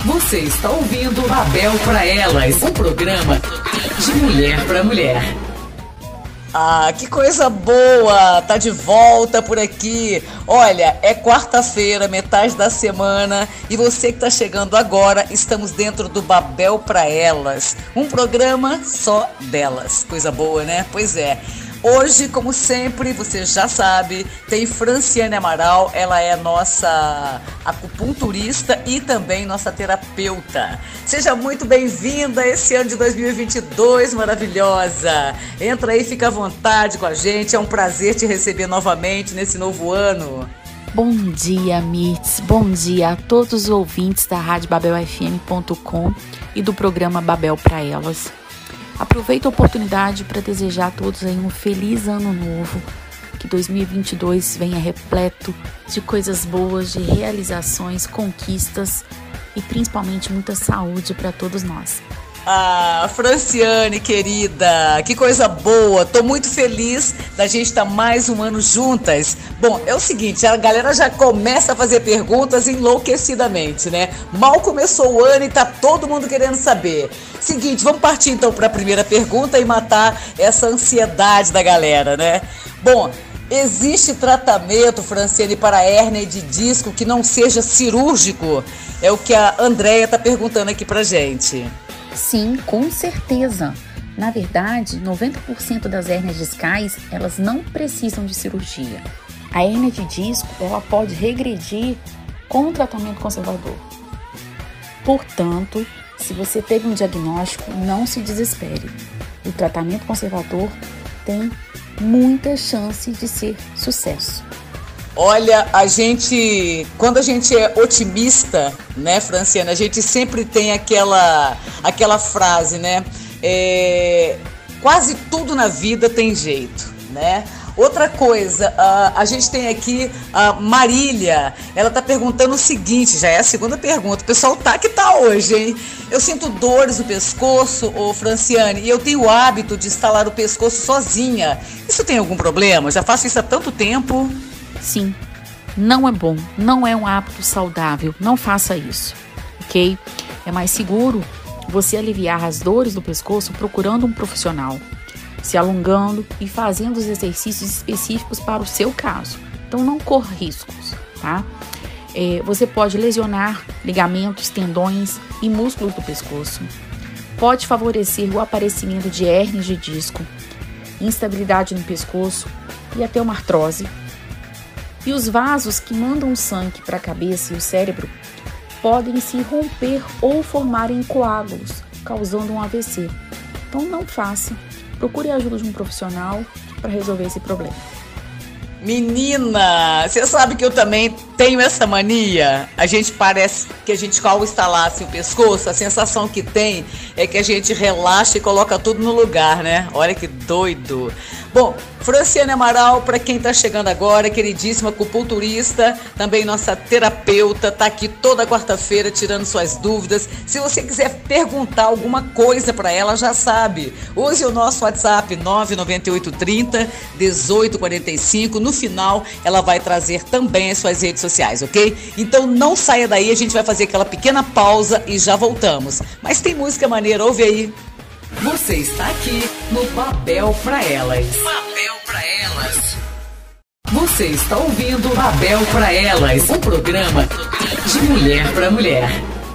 Você está ouvindo Babel para Elas, um programa de mulher para mulher. Ah, que coisa boa! Tá de volta por aqui. Olha, é quarta-feira, metade da semana, e você que tá chegando agora, estamos dentro do Babel para Elas, um programa só delas. Coisa boa, né? Pois é. Hoje, como sempre, você já sabe, tem Franciane Amaral, ela é nossa acupunturista e também nossa terapeuta. Seja muito bem-vinda a esse ano de 2022, maravilhosa. Entra aí, fica à vontade com a gente, é um prazer te receber novamente nesse novo ano. Bom dia, Mirtz, bom dia a todos os ouvintes da Rádio BabelFM.com e do programa Babel para Elas. Aproveito a oportunidade para desejar a todos aí um feliz ano novo, que 2022 venha repleto de coisas boas, de realizações, conquistas e principalmente muita saúde para todos nós. Ah, Franciane, querida, que coisa boa, tô muito feliz da gente estar mais um ano juntas. Bom, é o seguinte, a galera já começa a fazer perguntas enlouquecidamente, né? Mal começou o ano e tá todo mundo querendo saber. Seguinte, vamos partir então para a primeira pergunta e matar essa ansiedade da galera, né? Bom, existe tratamento, Franciane, para hérnia de disco que não seja cirúrgico? É o que a Andréia tá perguntando aqui pra gente. Sim, com certeza. Na verdade, 90% das hérnias discais, elas não precisam de cirurgia. A hérnia de disco, ela pode regredir com o tratamento conservador. Portanto, se você teve um diagnóstico, não se desespere. O tratamento conservador tem muita chance de ser sucesso. Olha, quando a gente é otimista, né, Franciana, a gente sempre tem aquela frase, né? Quase tudo na vida tem jeito, né? Outra coisa, a gente tem aqui a Marília, ela tá perguntando o seguinte, já é a segunda pergunta, o pessoal tá que tá hoje, hein? Eu sinto dores no pescoço, Franciane, e eu tenho o hábito de estalar o pescoço sozinha. Isso tem algum problema? Já faço isso há tanto tempo. Sim, não é bom, não é um hábito saudável, não faça isso, ok? É mais seguro você aliviar as dores do pescoço procurando um profissional, se alongando e fazendo os exercícios específicos para o seu caso. Então não corra riscos, tá? Você pode lesionar ligamentos, tendões e músculos do pescoço. Pode favorecer o aparecimento de hérnias de disco, instabilidade no pescoço e até uma artrose. E os vasos que mandam sangue para a cabeça e o cérebro podem se romper ou formarem coágulos, causando um AVC. Então não faça. Procure a ajuda de um profissional para resolver esse problema. Menina, você sabe que eu também tenho essa mania? A gente parece que a gente, ao estalar assim, o pescoço, a sensação que tem é que a gente relaxa e coloca tudo no lugar, né? Olha que doido. Bom, Franciane Amaral, para quem está chegando agora, queridíssima acupunturista, também nossa terapeuta, tá aqui toda quarta-feira tirando suas dúvidas. Se você quiser perguntar alguma coisa para ela, já sabe. Use o nosso WhatsApp 99830 1845. No final, ela vai trazer também as suas redes sociais, ok? Então não saia daí, a gente vai fazer aquela pequena pausa e já voltamos. Mas tem música maneira, ouve aí. Você está aqui no Babel para Elas. Babel para Elas. Você está ouvindo Babel para Elas, um programa de mulher para mulher.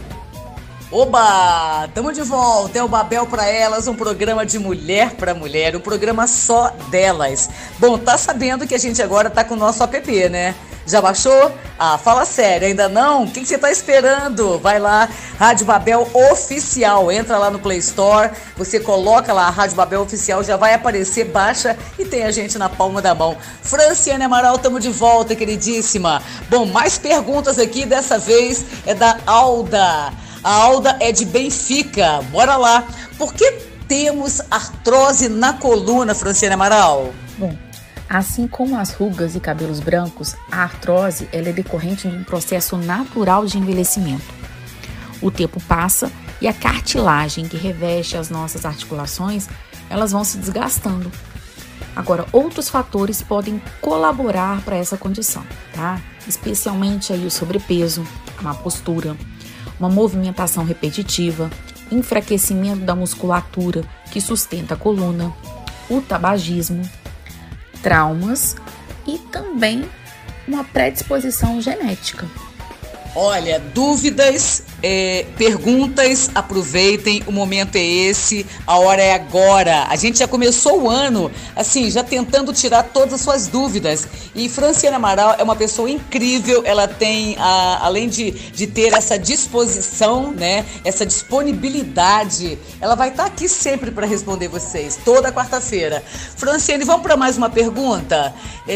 Oba! Tamo de volta, é o Babel para Elas, um programa de mulher para mulher, um programa só delas. Bom, tá sabendo que a gente agora tá com o nosso app, né? Já baixou? Ah, fala sério, ainda não? O que você tá esperando? Vai lá, Rádio Babel Oficial, entra lá no Play Store, você coloca lá a Rádio Babel Oficial, já vai aparecer, baixa e tem a gente na palma da mão. Franciane Amaral, tamo de volta, queridíssima. Bom, mais perguntas aqui, dessa vez é da Alda. A Alda é de Benfica, bora lá. Por que temos artrose na coluna, Franciane Amaral? Bom, assim como as rugas e cabelos brancos, a artrose ela é decorrente de um processo natural de envelhecimento. O tempo passa e a cartilagem que reveste as nossas articulações, elas vão se desgastando. Agora, outros fatores podem colaborar para essa condição, tá? Especialmente aí o sobrepeso, a má postura, uma movimentação repetitiva, enfraquecimento da musculatura que sustenta a coluna, o tabagismo, traumas e também uma predisposição genética. Olha, dúvidas, perguntas, aproveitem, o momento é esse, a hora é agora. A gente já começou o ano, assim, já tentando tirar todas as suas dúvidas. E Franciane Amaral é uma pessoa incrível, ela tem, além de ter essa disposição, né, essa disponibilidade, ela vai estar aqui sempre para responder vocês, toda quarta-feira. Franciane, vamos para mais uma pergunta?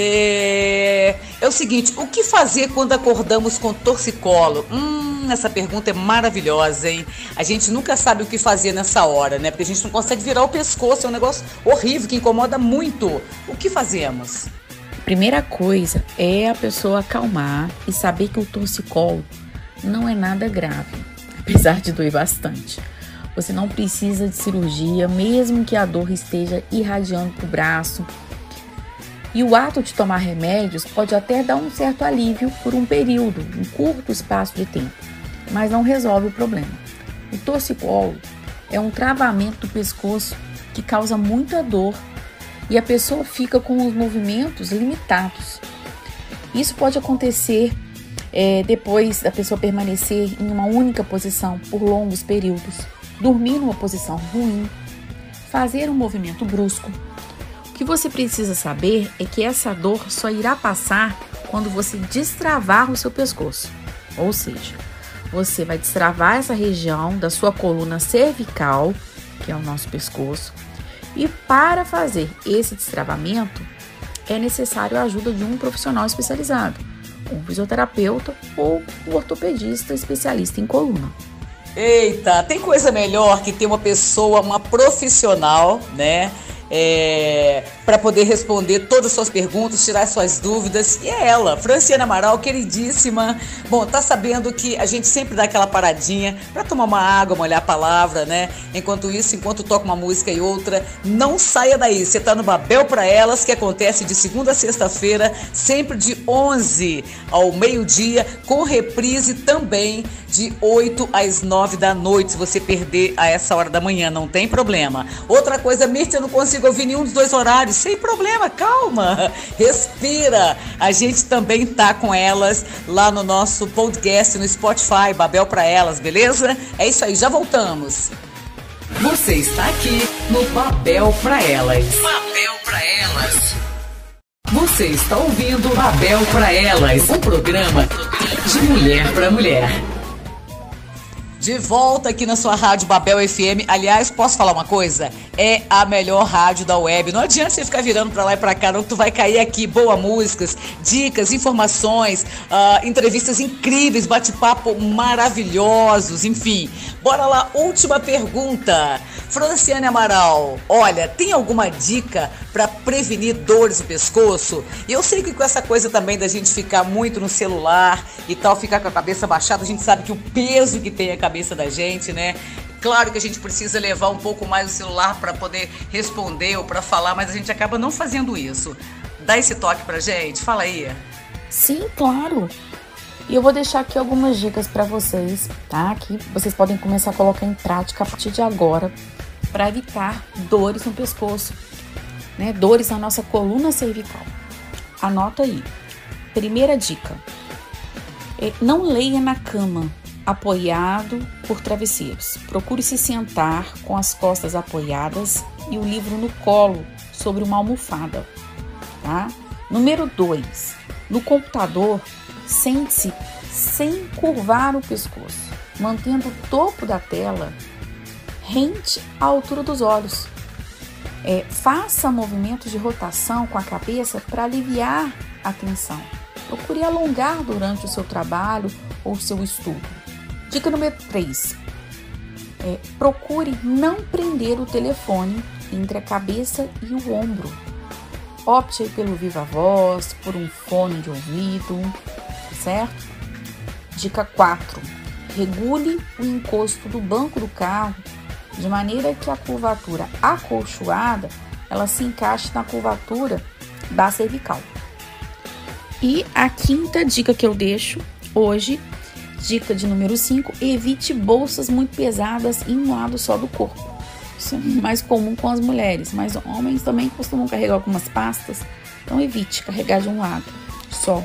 É o seguinte, o que fazer quando acordamos com torcicolo? Essa pergunta é maravilhosa, hein? A gente nunca sabe o que fazer nessa hora, né? Porque a gente não consegue virar o pescoço, é um negócio horrível que incomoda muito. O que fazemos? Primeira coisa é a pessoa acalmar e saber que o torcicolo não é nada grave, apesar de doer bastante. Você não precisa de cirurgia, mesmo que a dor esteja irradiando para o braço. E o ato de tomar remédios pode até dar um certo alívio por um período, um curto espaço de tempo, mas não resolve o problema. O torcicolo é um travamento do pescoço que causa muita dor e a pessoa fica com os movimentos limitados. Isso pode acontecer depois da pessoa permanecer em uma única posição por longos períodos, dormir numa posição ruim, fazer um movimento brusco. O que você precisa saber é que essa dor só irá passar quando você destravar o seu pescoço. Ou seja, você vai destravar essa região da sua coluna cervical, que é o nosso pescoço, e para fazer esse destravamento é necessário a ajuda de um profissional especializado, um fisioterapeuta ou um ortopedista especialista em coluna. Eita, tem coisa melhor que ter uma pessoa, uma profissional, né? Para poder responder todas as suas perguntas, tirar suas dúvidas. E é ela, Franciane Amaral, queridíssima. Bom, tá sabendo que a gente sempre dá aquela paradinha para tomar uma água, molhar a palavra, né? Enquanto isso, enquanto toca uma música e outra, não saia daí. Você tá no Babel para Elas, que acontece de segunda a sexta-feira, sempre de 11 ao meio-dia, com reprise também de 8 às 9 da noite. Se você perder a essa hora da manhã, não tem problema. Outra coisa, Mirta, eu não consigo ouvir nenhum dos dois horários. Sem problema, calma, respira. A gente também tá com elas lá no nosso podcast no Spotify, Babel para Elas, beleza? É isso aí, já voltamos. Você está aqui no Babel para Elas. Babel para Elas. Você está ouvindo Babel para Elas, um programa de mulher para mulher. De volta aqui na sua rádio Babel FM. Aliás, posso falar uma coisa? É a melhor rádio da web. Não adianta você ficar virando pra lá e pra cá, não, que tu vai cair aqui. Boas músicas, dicas, informações, entrevistas incríveis, bate-papo maravilhosos, enfim. Bora lá, última pergunta. Franciane Amaral, olha, tem alguma dica para prevenir dores no pescoço? E eu sei que com essa coisa também da gente ficar muito no celular e tal, ficar com a cabeça baixada, a gente sabe que o peso que tem a cabeça da gente, né? Claro que a gente precisa levar um pouco mais o celular para poder responder ou para falar, mas a gente acaba não fazendo isso. Dá esse toque pra gente, fala aí. Sim, claro. E eu vou deixar aqui algumas dicas para vocês, tá? Que vocês podem começar a colocar em prática a partir de agora para evitar dores no pescoço, né? Dores na nossa coluna cervical. Anota aí. Primeira dica. Não leia na cama, apoiado por travesseiros. Procure se sentar com as costas apoiadas e o livro no colo, sobre uma almofada, tá? Número 2. No computador, sente-se sem curvar o pescoço, mantendo o topo da tela rente à altura dos olhos. Faça movimentos de rotação com a cabeça para aliviar a tensão. Procure alongar durante o seu trabalho ou seu estudo. Dica número 3. Procure não prender o telefone entre a cabeça e o ombro. Opte pelo viva voz, por um fone de ouvido, certo? Dica 4. Regule o encosto do banco do carro de maneira que a curvatura acolchoada ela se encaixe na curvatura da cervical. E a quinta dica que eu deixo hoje, Dica de número 5, evite bolsas muito pesadas em um lado só do corpo. Isso é mais comum com as mulheres, mas homens também costumam carregar algumas pastas, então evite carregar de um lado só.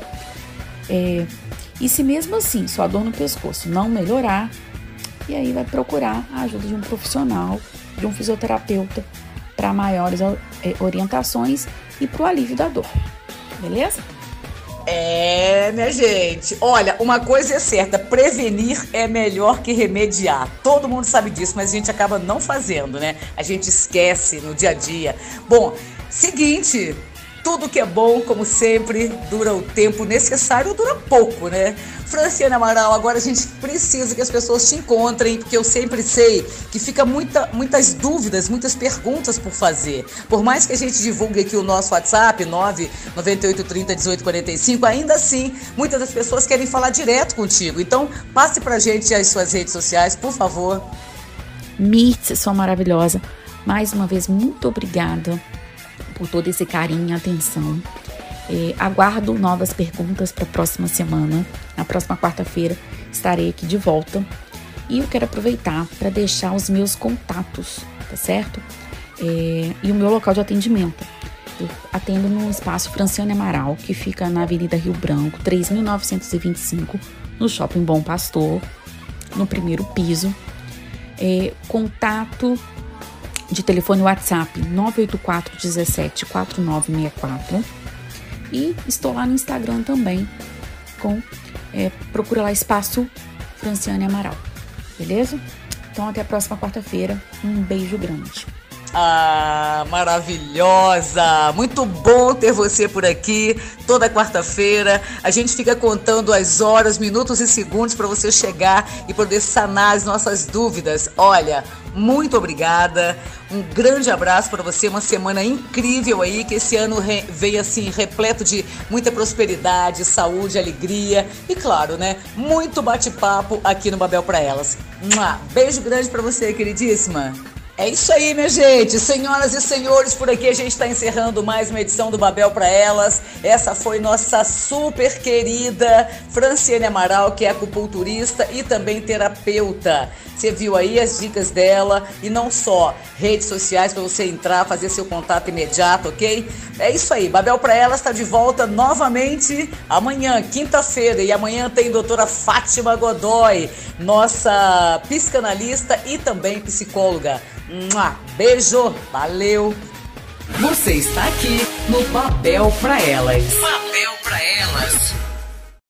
E se mesmo assim sua dor no pescoço não melhorar, e aí vai procurar a ajuda de um profissional, de um fisioterapeuta, para maiores orientações e para o alívio da dor, beleza? Minha gente, olha, uma coisa é certa, prevenir é melhor que remediar. Todo mundo sabe disso, mas a gente acaba não fazendo, né? A gente esquece no dia a dia. Bom, seguinte, tudo que é bom, como sempre, dura o tempo necessário, dura pouco, né? Franciane Amaral, agora a gente precisa que as pessoas te encontrem, porque eu sempre sei que fica muitas dúvidas, muitas perguntas por fazer. Por mais que a gente divulgue aqui o nosso WhatsApp, 998301845, ainda assim, muitas das pessoas querem falar direto contigo. Então, passe pra gente as suas redes sociais, por favor. Mirtz, sua maravilhosa, mais uma vez, muito obrigada por todo esse carinho e atenção. Aguardo novas perguntas para a próxima semana. Na próxima quarta-feira estarei aqui de volta. E eu quero aproveitar para deixar os meus contatos, tá certo? E o meu local de atendimento. Eu atendo no espaço Franciane Amaral, que fica na Avenida Rio Branco, 3.925, no Shopping Bom Pastor, no primeiro piso. Contato de telefone WhatsApp 984 17 4964, e estou lá no Instagram também procura lá Espaço Franciane Amaral, beleza? Então até a próxima quarta-feira, um beijo grande. Maravilhosa! Muito bom ter você por aqui. Toda quarta-feira a gente fica contando as horas, minutos e segundos para você chegar e poder sanar as nossas dúvidas. Olha, muito obrigada. Um grande abraço para você, uma semana incrível aí, que esse ano veio assim repleto de muita prosperidade, saúde, alegria e claro, né, muito bate-papo aqui no Babel para Elas. Beijo grande para você, queridíssima. É isso aí, minha gente. Senhoras e senhores, por aqui a gente está encerrando mais uma edição do Babel para Elas. Essa foi nossa super querida Franciane Amaral, que é acupunturista e também terapeuta. Você viu aí as dicas dela, e não só redes sociais para você entrar, fazer seu contato imediato, ok? É isso aí, Babel para Elas está de volta novamente amanhã, quinta-feira, e amanhã tem doutora Fátima Godoy, nossa psicanalista e também psicóloga. Beijo, valeu! Você está aqui no Babel para Elas. Babel para Elas.